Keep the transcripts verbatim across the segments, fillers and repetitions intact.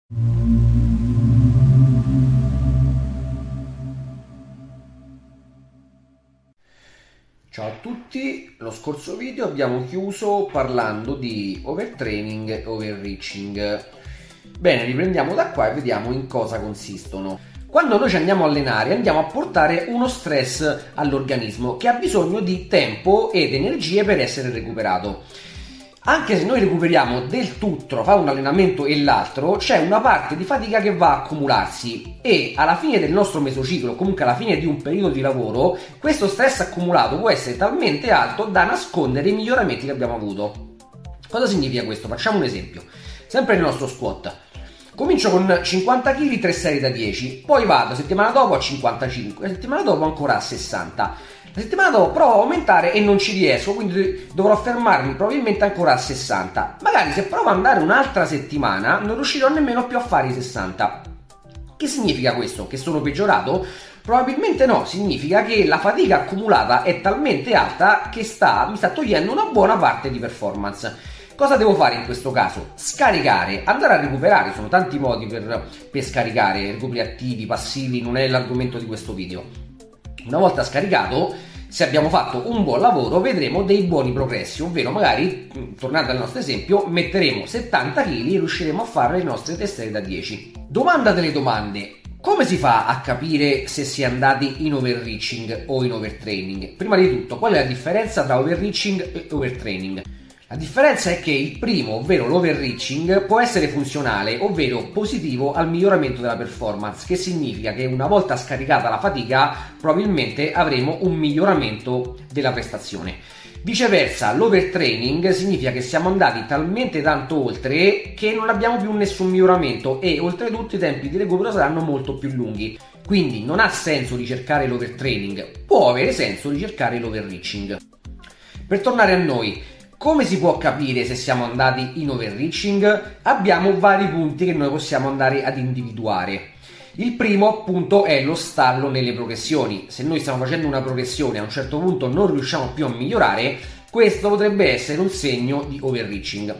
Ciao a tutti, lo scorso video abbiamo chiuso parlando di overtraining e overreaching. Bene, riprendiamo da qua e vediamo in cosa consistono. Quando noi ci andiamo a allenare andiamo a portare uno stress all'organismo che ha bisogno di tempo ed energie per essere recuperato. Anche se noi recuperiamo del tutto tra un allenamento e l'altro, c'è una parte di fatica che va a accumularsi e alla fine del nostro mesociclo, comunque alla fine di un periodo di lavoro, questo stress accumulato può essere talmente alto da nascondere i miglioramenti che abbiamo avuto. Cosa significa questo? Facciamo un esempio. Sempre nel nostro squat. Comincio con cinquanta chili, tre serie da dieci, poi vado la settimana dopo a cinquantacinque, la settimana dopo ancora a sessanta. La settimana dopo provo a aumentare e non ci riesco, quindi dovrò fermarmi probabilmente ancora a sessanta. Magari se provo ad andare un'altra settimana non riuscirò nemmeno più a fare i sessanta. Che significa questo? Che sono peggiorato? Probabilmente no, significa che la fatica accumulata è talmente alta che sta, mi sta togliendo una buona parte di performance. Cosa devo fare in questo caso? Scaricare, andare a recuperare, sono tanti modi per, per scaricare, recuperi attivi, passivi, non è l'argomento di questo video. Una volta scaricato, se abbiamo fatto un buon lavoro, vedremo dei buoni progressi, ovvero magari, tornando al nostro esempio, metteremo settanta chili e riusciremo a fare le nostre testere da dieci. Domanda delle domande. Come si fa a capire se si è andati in overreaching o in overtraining? Prima di tutto, qual è la differenza tra overreaching e overtraining? La differenza è che il primo, ovvero l'overreaching, può essere funzionale, ovvero positivo al miglioramento della performance, che significa che una volta scaricata la fatica probabilmente avremo un miglioramento della prestazione. Viceversa, l'overtraining significa che siamo andati talmente tanto oltre che non abbiamo più nessun miglioramento e oltretutto i tempi di recupero saranno molto più lunghi. Quindi non ha senso ricercare l'overtraining, può avere senso ricercare l'overreaching. Per tornare a noi, come si può capire se siamo andati in overreaching? Abbiamo vari punti che noi possiamo andare ad individuare. Il primo appunto è lo stallo nelle progressioni. Se noi stiamo facendo una progressione e a un certo punto non riusciamo più a migliorare, questo potrebbe essere un segno di overreaching.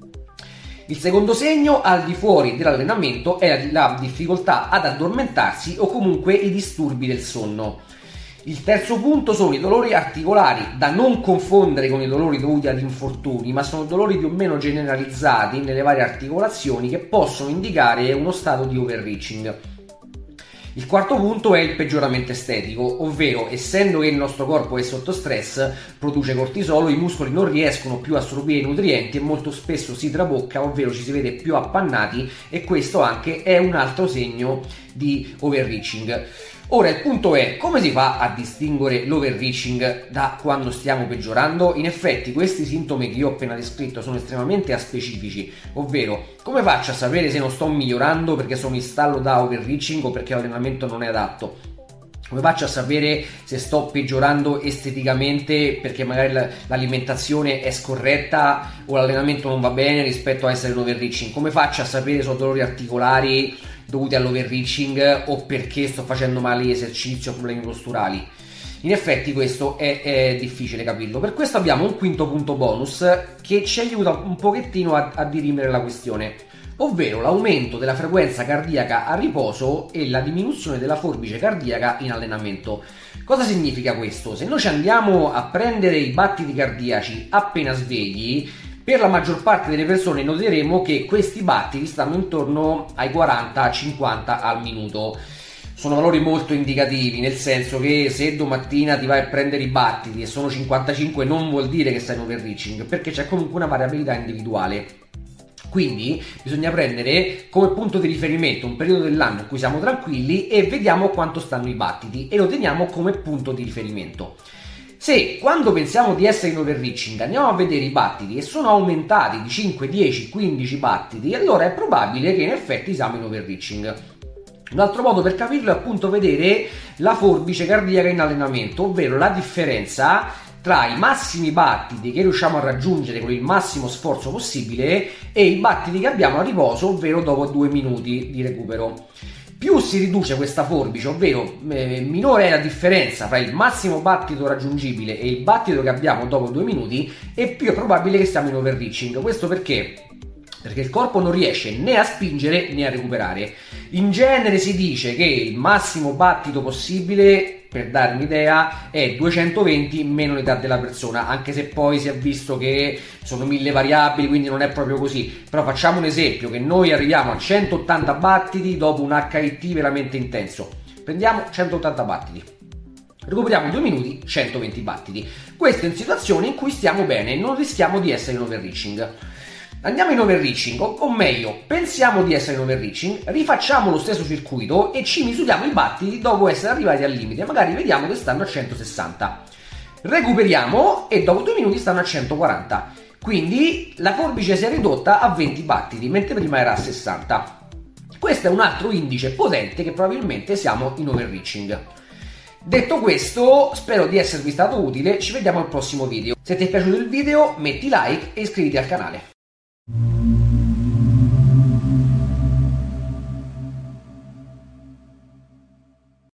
Il secondo segno, al di fuori dell'allenamento, è la difficoltà ad addormentarsi o comunque i disturbi del sonno. Il terzo punto sono i dolori articolari, da non confondere con i dolori dovuti ad infortuni, ma sono dolori più o meno generalizzati nelle varie articolazioni che possono indicare uno stato di overreaching. Il quarto punto è il peggioramento estetico, ovvero essendo che il nostro corpo è sotto stress, produce cortisolo, i muscoli non riescono più a assorbire i nutrienti e molto spesso si trabocca, ovvero ci si vede più appannati e questo anche è un altro segno di overreaching. Ora il punto è, come si fa a distinguere l'overreaching da quando stiamo peggiorando? In effetti questi sintomi che io ho appena descritto sono estremamente aspecifici, ovvero come faccio a sapere se non sto migliorando perché sono in stallo da overreaching o perché l'allenamento non è adatto? Come faccio a sapere se sto peggiorando esteticamente perché magari l'alimentazione è scorretta o l'allenamento non va bene rispetto a essere un overreaching? Come faccio a sapere se ho dolori articolari dovuti all'overreaching o perché sto facendo male gli esercizi o problemi posturali? In effetti questo è, è difficile capirlo. Per questo abbiamo un quinto punto bonus che ci aiuta un pochettino a, a dirimere la questione, ovvero l'aumento della frequenza cardiaca a riposo e la diminuzione della forbice cardiaca in allenamento. Cosa significa questo? Se noi ci andiamo a prendere i battiti cardiaci appena svegli, per la maggior parte delle persone noteremo che questi battiti stanno intorno ai quaranta cinquanta al minuto. Sono valori molto indicativi, nel senso che se domattina ti vai a prendere i battiti e sono cinquantacinque non vuol dire che stai in overreaching, perché c'è comunque una variabilità individuale. Quindi bisogna prendere come punto di riferimento un periodo dell'anno in cui siamo tranquilli e vediamo quanto stanno i battiti e lo teniamo come punto di riferimento. Se quando pensiamo di essere in overreaching andiamo a vedere i battiti e sono aumentati di cinque, dieci, quindici battiti, allora è probabile che in effetti siamo in overreaching. Un altro modo per capirlo è appunto vedere la forbice cardiaca in allenamento, ovvero la differenza tra i massimi battiti che riusciamo a raggiungere con il massimo sforzo possibile e i battiti che abbiamo a riposo, ovvero dopo due minuti di recupero. Più si riduce questa forbice, ovvero eh, minore è la differenza tra il massimo battito raggiungibile e il battito che abbiamo dopo due minuti, e più è probabile che stiamo in overreaching. Questo perché perché il corpo non riesce né a spingere né a recuperare. In genere si dice che il massimo battito possibile, per dare un'idea, è duecentoventi meno l'età della persona, anche se poi si è visto che sono mille variabili, quindi non è proprio così. Però facciamo un esempio, che noi arriviamo a centottanta battiti dopo un H I T veramente intenso. Prendiamo centottanta battiti, recuperiamo due minuti, centoventi battiti. Questo in situazioni in cui stiamo bene e non rischiamo di essere in overreaching. Andiamo in overreaching, o meglio, pensiamo di essere in overreaching, rifacciamo lo stesso circuito e ci misuriamo i battiti dopo essere arrivati al limite. Magari vediamo che stanno a centosessanta. Recuperiamo e dopo due minuti stanno a centoquaranta. Quindi la forbice si è ridotta a venti battiti, mentre prima era a sessanta. Questo è un altro indice potente che probabilmente siamo in overreaching. Detto questo, spero di esservi stato utile, ci vediamo al prossimo video. Se ti è piaciuto il video, metti like e iscriviti al canale.